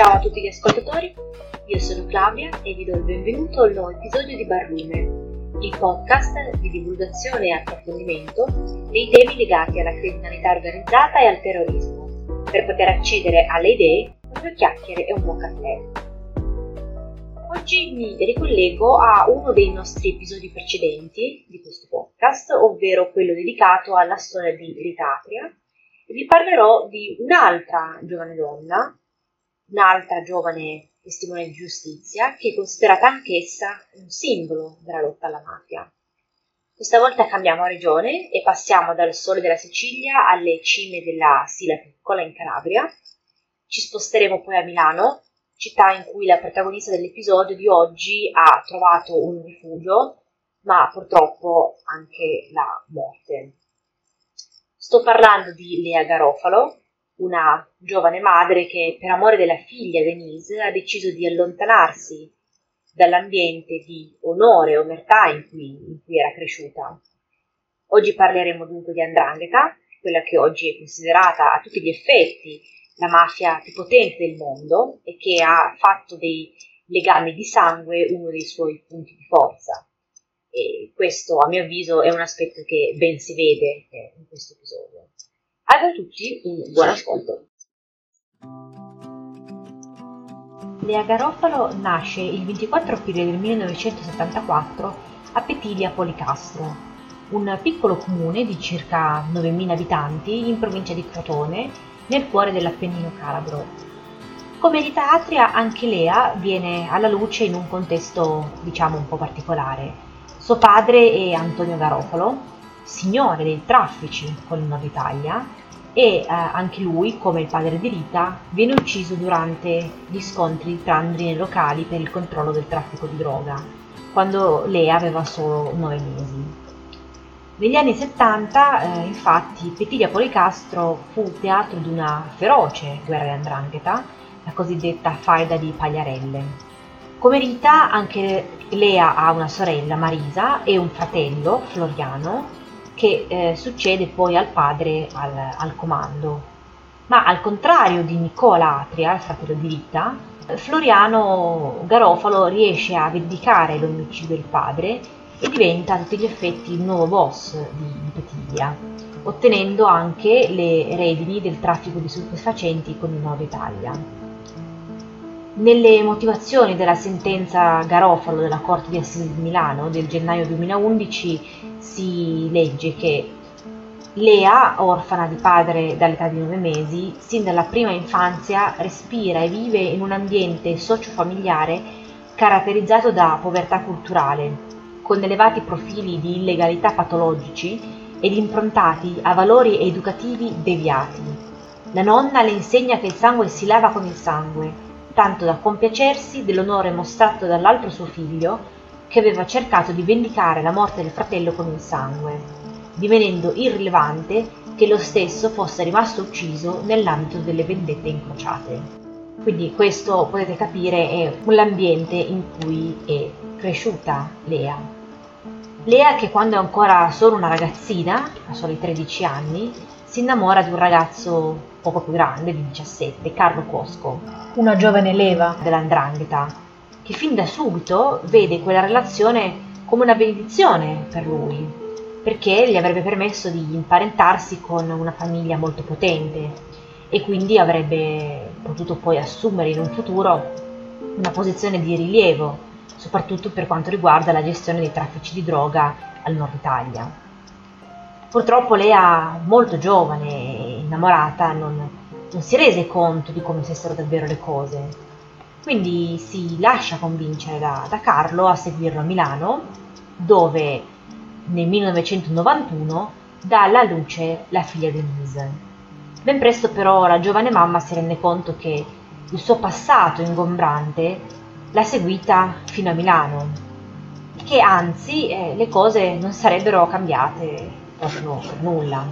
Ciao a tutti gli ascoltatori, io sono Claudia e vi do il benvenuto al nuovo episodio di Barlume, il podcast di divulgazione e approfondimento dei temi legati alla criminalità organizzata e al terrorismo, per poter accedere alle idee con due chiacchiere e un buon caffè. Oggi mi ricollego a uno dei nostri episodi precedenti di questo podcast, ovvero quello dedicato alla storia di Rita Atria, e vi parlerò di un'altra giovane donna, un'altra giovane testimone di giustizia che è considerata anch'essa un simbolo della lotta alla mafia. Questa volta cambiamo regione e passiamo dal sole della Sicilia alle cime della Sila Piccola in Calabria. Ci sposteremo poi a Milano, città in cui la protagonista dell'episodio di oggi ha trovato un rifugio, ma purtroppo anche la morte. Sto parlando di Lea Garofalo, una giovane madre che per amore della figlia Denise ha deciso di allontanarsi dall'ambiente di onore e omertà in cui era cresciuta. Oggi parleremo dunque di 'ndrangheta, quella che oggi è considerata a tutti gli effetti la mafia più potente del mondo e che ha fatto dei legami di sangue uno dei suoi punti di forza. E questo, a mio avviso, è un aspetto che ben si vede in questo episodio. A voi tutti un buon ascolto. Lea Garofalo nasce il 24 aprile del 1974 a Petilia Policastro, un piccolo comune di circa 9.000 abitanti in provincia di Crotone, nel cuore dell'Appennino calabro. Come Rita Atria, anche Lea viene alla luce in un contesto, diciamo, un po' particolare. Suo padre è Antonio Garofalo, signore dei traffici con il Nord Italia, e anche lui, come il padre di Rita, viene ucciso durante gli scontri tra andrine locali per il controllo del traffico di droga, quando Lea aveva solo 9 mesi. Negli anni 70, infatti, Petilia Policastro fu teatro di una feroce guerra di 'ndrangheta, la cosiddetta faida di Pagliarelle. Come Rita, anche Lea ha una sorella, Marisa, e un fratello, Floriano, che succede poi al padre al comando. Ma al contrario di Nicola Atria, il fratello di Rita, Floriano Garofalo riesce a vendicare l'omicidio del padre e diventa a tutti gli effetti il nuovo boss di Petilia, ottenendo anche le redini del traffico di stupefacenti con il Nord Italia. Nelle motivazioni della sentenza Garofalo della Corte di Assise di Milano del gennaio 2011 si legge che Lea, orfana di padre dall'età di 9 mesi, sin dalla prima infanzia respira e vive in un ambiente socio-familiare caratterizzato da povertà culturale, con elevati profili di illegalità patologici ed improntati a valori educativi deviati. La nonna le insegna che il sangue si lava con il sangue, tanto da compiacersi dell'onore mostrato dall'altro suo figlio, che aveva cercato di vendicare la morte del fratello con il sangue, divenendo irrilevante che lo stesso fosse rimasto ucciso nell'ambito delle vendette incrociate. Quindi questo, potete capire, è l'ambiente in cui è cresciuta Lea. Lea, che quando è ancora solo una ragazzina, a soli 13 anni, si innamora di un ragazzo poco più grande, di 17, Carlo Cosco, una giovane leva della 'ndrangheta, che fin da subito vede quella relazione come una benedizione per lui, perché gli avrebbe permesso di imparentarsi con una famiglia molto potente e quindi avrebbe potuto poi assumere in un futuro una posizione di rilievo, soprattutto per quanto riguarda la gestione dei traffici di droga al Nord Italia. Purtroppo Lea, molto giovane e innamorata, non si rese conto di come stessero davvero le cose. Quindi si lascia convincere da Carlo a seguirlo a Milano, dove nel 1991 dà alla luce la figlia Denise. Ben presto però la giovane mamma si rende conto che il suo passato ingombrante l'ha seguita fino a Milano, che anzi le cose non sarebbero cambiate proprio per nulla.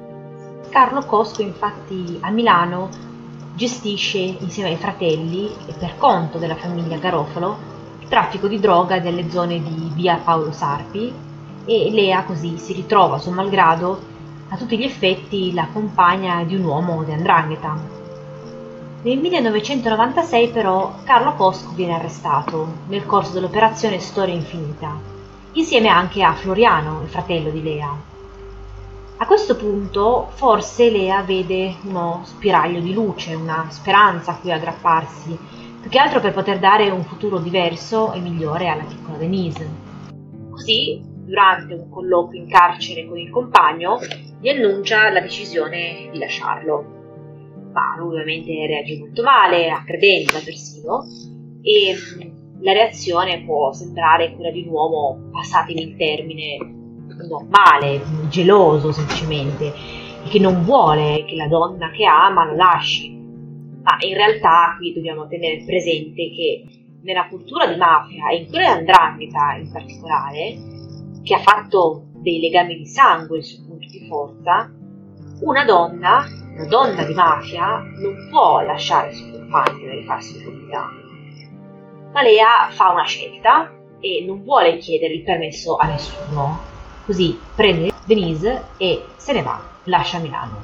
Carlo Cosco infatti a Milano gestisce insieme ai fratelli e per conto della famiglia Garofalo il traffico di droga nelle zone di via Paolo Sarpi e Lea così si ritrova suo malgrado a tutti gli effetti la compagna di un uomo di 'ndrangheta. Nel 1996 però Carlo Cosco viene arrestato nel corso dell'operazione Storia Infinita, insieme anche a Floriano, il fratello di Lea. A questo punto forse Lea vede uno spiraglio di luce, una speranza a cui aggrapparsi, più che altro per poter dare un futuro diverso e migliore alla piccola Denise. Così, durante un colloquio in carcere con il compagno, gli annuncia la decisione di lasciarlo. Ma lui ovviamente reagì molto male, a credenza persino, e la reazione può sembrare quella di un uomo, passatemi il termine, normale, geloso semplicemente, e che non vuole che la donna che ama lo lasci. Ma in realtà qui dobbiamo tenere presente che nella cultura di mafia e in quella di 'ndrangheta in particolare, che ha fatto dei legami di sangue il suo punto di forza, una donna di mafia non può lasciare il suo compagno e rifarsi di vita. Ma Lea fa una scelta e non vuole chiedere il permesso a nessuno. Così prende Denise e se ne va, lascia Milano.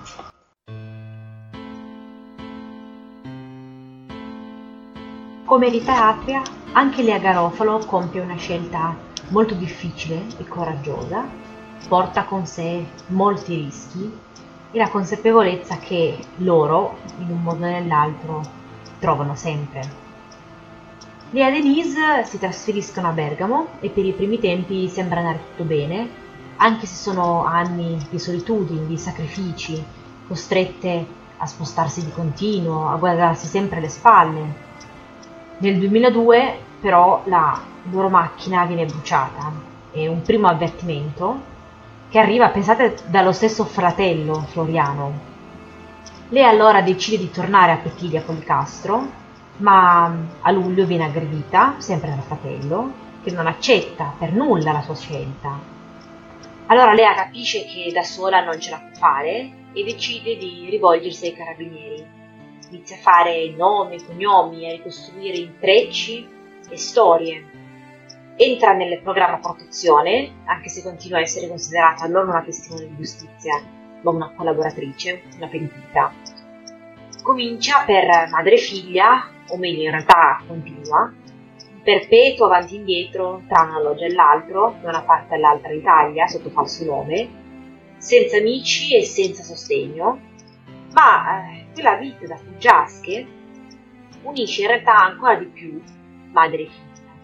Come Rita Atria, anche Lea Garofalo compie una scelta molto difficile e coraggiosa, porta con sé molti rischi e la consapevolezza che loro, in un modo o nell'altro, trovano sempre. Lea e Denise si trasferiscono a Bergamo e per i primi tempi sembra andare tutto bene, anche se sono anni di solitudine, di sacrifici, costrette a spostarsi di continuo, a guardarsi sempre alle spalle. Nel 2002 però la loro macchina viene bruciata e un primo avvertimento che arriva, pensate, dallo stesso fratello Floriano. Lei allora decide di tornare a Petilia Policastro, ma a luglio viene aggredita, sempre dal fratello, che non accetta per nulla la sua scelta. Allora Lea capisce che da sola non ce la può fare e decide di rivolgersi ai carabinieri. Inizia a fare nomi, cognomi, a ricostruire intrecci e storie. Entra nel programma protezione, anche se continua a essere considerata non una testimone di giustizia, ma una collaboratrice, una pentita. Comincia per madre e figlia, o meglio in realtà continua, perpetuo avanti e indietro tra un alloggio e l'altro, da una parte all'altra d'Italia, sotto falso nome, senza amici e senza sostegno, ma quella vita da fuggiasche unisce in realtà ancora di più madre e figlia.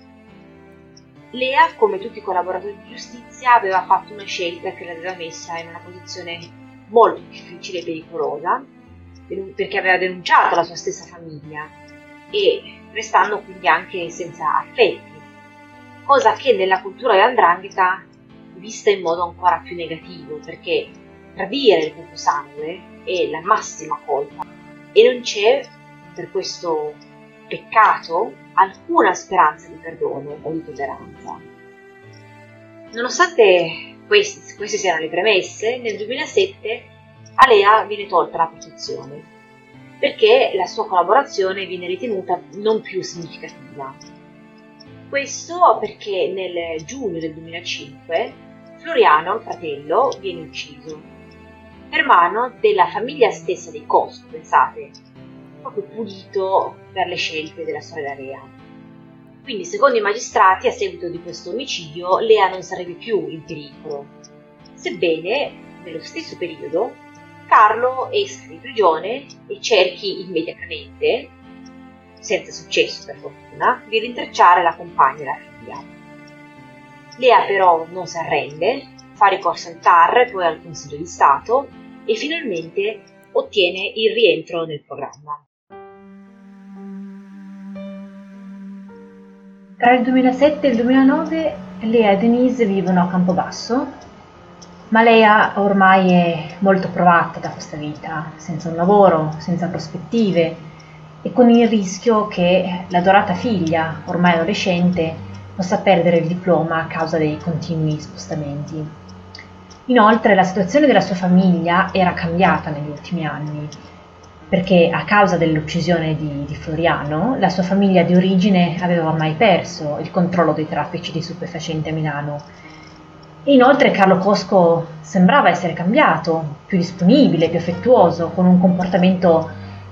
Lea, come tutti i collaboratori di giustizia, aveva fatto una scelta che l'aveva messa in una posizione molto difficile e pericolosa, perché aveva denunciato la sua stessa famiglia e restando quindi anche senza affetti, cosa che nella cultura dell''ndrangheta è vista in modo ancora più negativo, perché tradire il proprio sangue è la massima colpa e non c'è per questo peccato alcuna speranza di perdono o di tolleranza. Nonostante queste siano le premesse, nel 2007 a Lea viene tolta la protezione perché la sua collaborazione viene ritenuta non più significativa. Questo perché nel giugno del 2005 Floriano, il fratello, viene ucciso per mano della famiglia stessa dei Cosco, pensate, proprio pulito per le scelte della sorella Lea. Quindi, secondo i magistrati, a seguito di questo omicidio, Lea non sarebbe più in pericolo, sebbene, nello stesso periodo, Carlo esca di prigione e cerchi immediatamente, senza successo per fortuna, di rintracciare la compagna e la figlia. Lea però non si arrende, fa ricorso al TAR, poi al Consiglio di Stato e finalmente ottiene il rientro nel programma. Tra il 2007 e il 2009 Lea e Denise vivono a Campobasso, ma Lea ormai è molto provata da questa vita, senza un lavoro, senza prospettive e con il rischio che l'adorata figlia, ormai adolescente, possa perdere il diploma a causa dei continui spostamenti. Inoltre la situazione della sua famiglia era cambiata negli ultimi anni, perché a causa dell'uccisione di Floriano, la sua famiglia di origine aveva ormai perso il controllo dei traffici di stupefacenti a Milano. E inoltre Carlo Cosco sembrava essere cambiato, più disponibile, più affettuoso, con un comportamento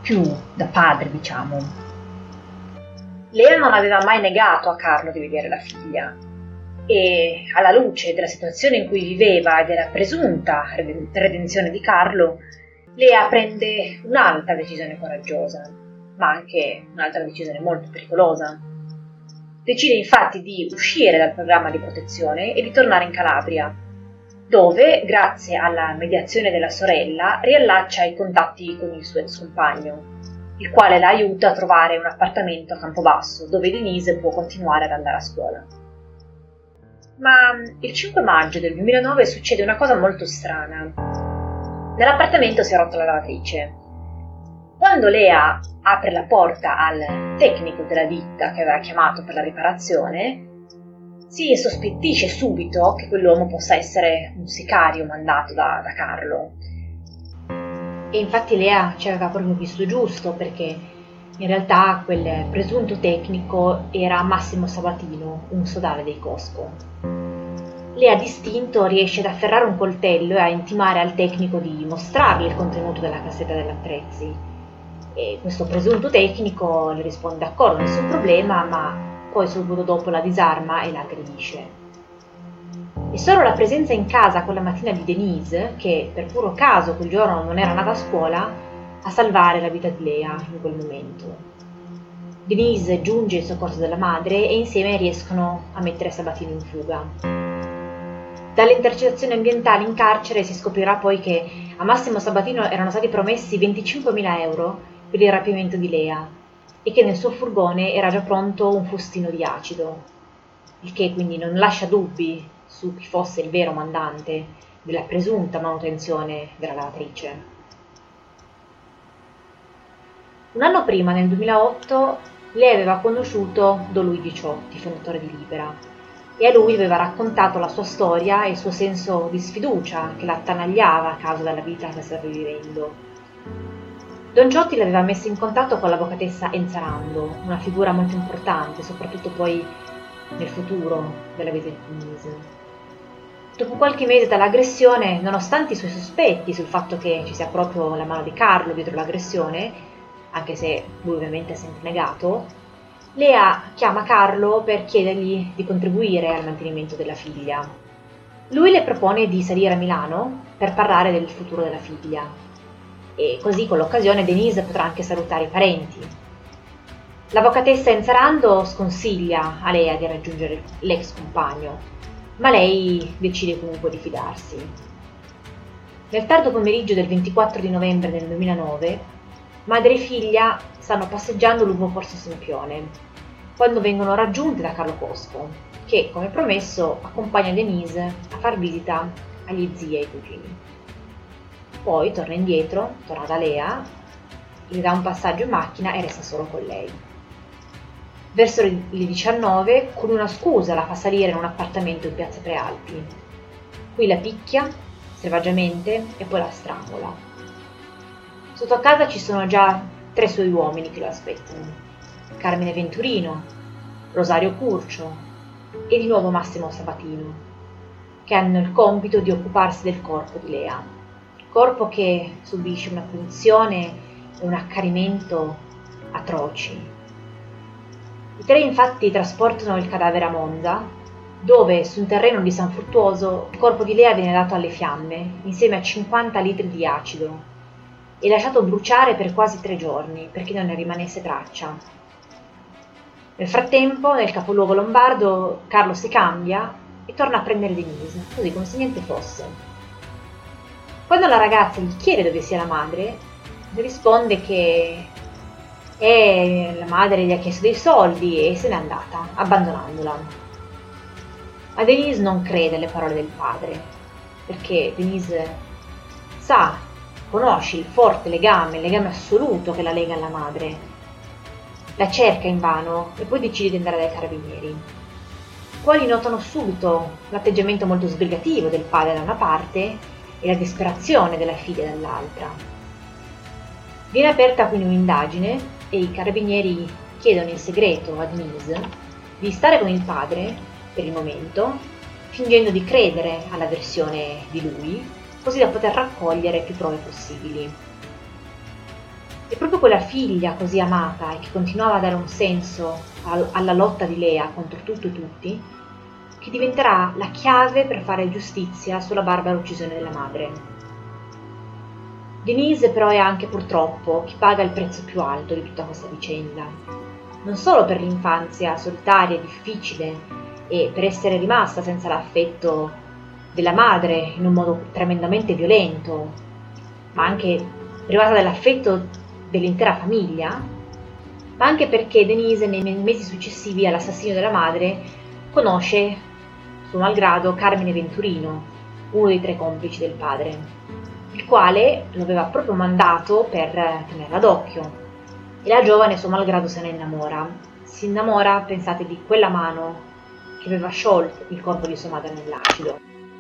più da padre, diciamo. Lea non aveva mai negato a Carlo di vedere la figlia e, alla luce della situazione in cui viveva e della presunta redenzione di Carlo, Lea prende un'altra decisione coraggiosa, ma anche un'altra decisione molto pericolosa. Decide infatti di uscire dal programma di protezione e di tornare in Calabria, dove, grazie alla mediazione della sorella, riallaccia i contatti con il suo ex compagno, il quale la aiuta a trovare un appartamento a Campobasso, dove Denise può continuare ad andare a scuola. Ma il 5 maggio del 2009 succede una cosa molto strana. Nell'appartamento si è rotta la lavatrice. Quando Lea apre la porta al tecnico della ditta che aveva chiamato per la riparazione, si sospettisce subito che quell'uomo possa essere un sicario mandato da Carlo. E infatti Lea ci aveva proprio visto giusto, perché in realtà quel presunto tecnico era Massimo Sabatino, un sodale dei Cosco. Lea d'istinto riesce ad afferrare un coltello e a intimare al tecnico di mostrarle il contenuto della cassetta degli attrezzi. E questo presunto tecnico le risponde d'accordo, nessun problema, ma poi subito dopo la disarma e la aggredisce. E solo la presenza in casa quella mattina di Denise, che per puro caso quel giorno non era andata a scuola, a salvare la vita di Lea in quel momento. Denise giunge in soccorso della madre e insieme riescono a mettere Sabatino in fuga. Dalle intercettazioni ambientali in carcere si scoprirà poi che a Massimo Sabatino erano stati promessi 25.000 euro per il rapimento di Lea e che nel suo furgone era già pronto un fustino di acido, il che quindi non lascia dubbi su chi fosse il vero mandante della presunta manutenzione della lavatrice. Un anno prima, nel 2008, lei aveva conosciuto Don Luigi Ciotti, fondatore di Libera, e a lui aveva raccontato la sua storia e il suo senso di sfiducia che la attanagliava a causa della vita che stava vivendo. Don Ciotti l'aveva messo in contatto con l'avvocatessa Enzarando, una figura molto importante, soprattutto poi nel futuro della vita di Denise. Dopo qualche mese dall'aggressione, nonostante i suoi sospetti sul fatto che ci sia proprio la mano di Carlo dietro l'aggressione, anche se lui ovviamente ha sempre negato, Lea chiama Carlo per chiedergli di contribuire al mantenimento della figlia. Lui le propone di salire a Milano per parlare del futuro della figlia e così con l'occasione Denise potrà anche salutare i parenti. L'avvocatessa Enzarando sconsiglia a Lea di raggiungere l'ex compagno, ma lei decide comunque di fidarsi. Nel tardo pomeriggio del 24 di novembre del 2009, madre e figlia stanno passeggiando lungo Corso Sempione, quando vengono raggiunte da Carlo Cosco, che, come promesso, accompagna Denise a far visita agli zii e ai cugini. Poi torna indietro, torna da Lea, gli dà un passaggio in macchina e resta solo con lei. Verso le 19, con una scusa la fa salire in un appartamento in piazza Prealpi. Qui la picchia selvaggiamente e poi la strangola. Sotto a casa ci sono già 3 suoi uomini che lo aspettano: Carmine Venturino, Rosario Curcio e di nuovo Massimo Sabatino, che hanno il compito di occuparsi del corpo di Lea, corpo che subisce una punizione e un accanimento atroci. I 3 infatti trasportano il cadavere a Monza, dove su un terreno di San Fruttuoso il corpo di Lea viene dato alle fiamme insieme a 50 litri di acido e lasciato bruciare per quasi 3 giorni perché non ne rimanesse traccia. Nel frattempo, nel capoluogo lombardo, Carlo si cambia e torna a prendere Denise, così come se niente fosse. Quando la ragazza gli chiede dove sia la madre, le risponde che la madre gli ha chiesto dei soldi e se n'è andata, abbandonandola. Ma Denise non crede alle parole del padre, perché Denise conosce il forte legame, il legame assoluto che la lega alla madre. La cerca invano e poi decide di andare dai carabinieri, i quali notano subito l'atteggiamento molto sbrigativo del padre da una parte e la disperazione della figlia dall'altra. Viene aperta quindi un'indagine e i carabinieri chiedono in segreto a Denise di stare con il padre per il momento, fingendo di credere alla versione di lui, così da poter raccogliere più prove possibili. E proprio quella figlia così amata e che continuava a dare un senso alla lotta di Lea contro tutto e tutti, che diventerà la chiave per fare giustizia sulla barbara uccisione della madre. Denise però è anche purtroppo chi paga il prezzo più alto di tutta questa vicenda, non solo per l'infanzia solitaria e difficile e per essere rimasta senza l'affetto della madre in un modo tremendamente violento, ma anche privata dell'affetto dell'intera famiglia, ma anche perché Denise nei mesi successivi all'assassinio della madre conosce, suo malgrado, Carmine Venturino, uno dei 3 complici del padre, il quale lo aveva proprio mandato per tenerla d'occhio. E la giovane, suo malgrado, se ne innamora. Si innamora, pensate, di quella mano che aveva sciolto il corpo di sua madre nell'acido.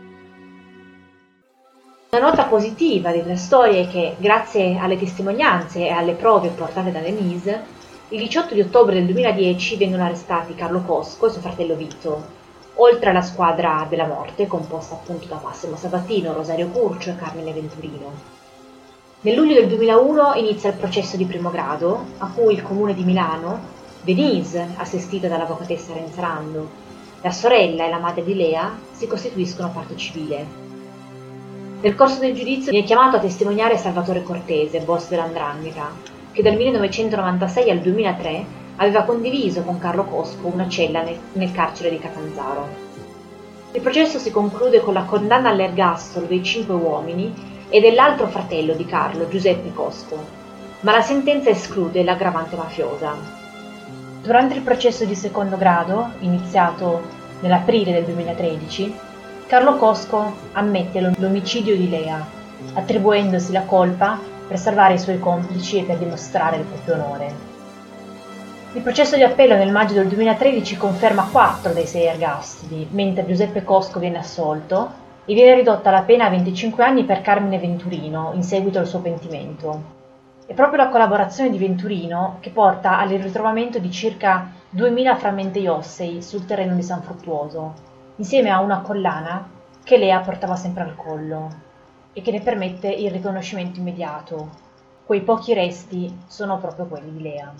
Una nota positiva della storia è che, grazie alle testimonianze e alle prove portate da Denise, il 18 di ottobre del 2010 vengono arrestati Carlo Cosco e suo fratello Vito, oltre alla squadra della morte, composta appunto da Massimo Sabatino, Rosario Curcio e Carmine Venturino. Nel luglio del 2001 inizia il processo di primo grado, a cui il comune di Milano, Denise, assistita dall'avvocatessa Renza Rando, la sorella e la madre di Lea, si costituiscono parte civile. Nel corso del giudizio viene chiamato a testimoniare Salvatore Cortese, boss dell''ndrangheta, che dal 1996 al 2003 aveva condiviso con Carlo Cosco una cella nel carcere di Catanzaro. Il processo si conclude con la condanna all'ergastolo dei 5 uomini e dell'altro fratello di Carlo, Giuseppe Cosco, ma la sentenza esclude l'aggravante mafiosa. Durante il processo di secondo grado, iniziato nell'aprile del 2013, Carlo Cosco ammette l'omicidio di Lea, attribuendosi la colpa per salvare i suoi complici e per dimostrare il proprio onore. Il processo di appello nel maggio del 2013 conferma 4 dei 6 ergastoli, mentre Giuseppe Cosco viene assolto e viene ridotta la pena a 25 anni per Carmine Venturino in seguito al suo pentimento. È proprio la collaborazione di Venturino che porta al ritrovamento di circa 2000 frammenti ossei sul terreno di San Fruttuoso, insieme a una collana che Lea portava sempre al collo e che ne permette il riconoscimento immediato. Quei pochi resti sono proprio quelli di Lea.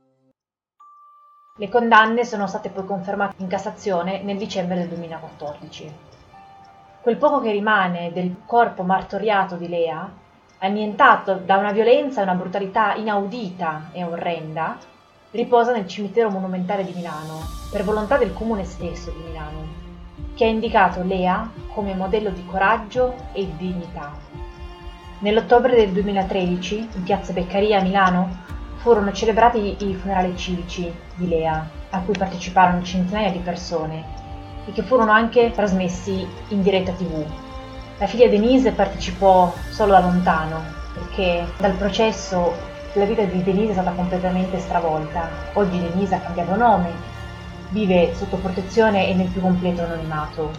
Le condanne sono state poi confermate in Cassazione nel dicembre del 2014. Quel poco che rimane del corpo martoriato di Lea, annientato da una violenza e una brutalità inaudita e orrenda, riposa nel cimitero monumentale di Milano, per volontà del comune stesso di Milano, che ha indicato Lea come modello di coraggio e di dignità. Nell'ottobre del 2013, in piazza Beccaria a Milano, furono celebrati i funerali civici di Lea, a cui parteciparono centinaia di persone, e che furono anche trasmessi in diretta TV. La figlia Denise partecipò solo da lontano, perché dal processo la vita di Denise è stata completamente stravolta. Oggi Denise ha cambiato nome, vive sotto protezione e nel più completo anonimato.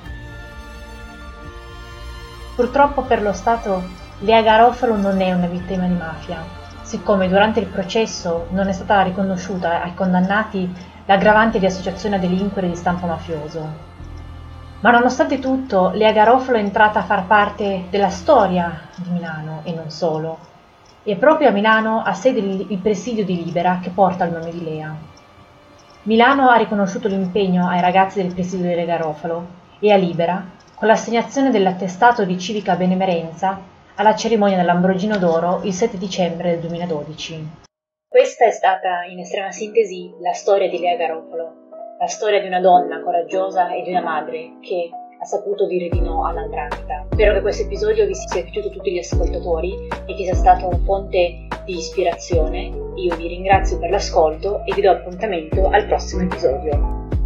Purtroppo per lo Stato Lea Garofalo non è una vittima di mafia, siccome durante il processo non è stata riconosciuta ai condannati l'aggravante di associazione a delinquere di stampo mafioso. Ma nonostante tutto, Lea Garofalo è entrata a far parte della storia di Milano e non solo. E proprio a Milano ha sede il presidio di Libera che porta il nome di Lea. Milano ha riconosciuto l'impegno ai ragazzi del presidio di Lea Garofalo e a Libera con l'assegnazione dell'attestato di civica benemerenza alla cerimonia dell'Ambrogino d'Oro il 7 dicembre del 2012. Questa è stata, in estrema sintesi, la storia di Lea Garofalo. La storia di una donna coraggiosa e di una madre che ha saputo dire di no all''ndrangheta. Spero che questo episodio vi sia piaciuto a tutti gli ascoltatori e che sia stato un fonte di ispirazione. Io vi ringrazio per l'ascolto e vi do appuntamento al prossimo episodio.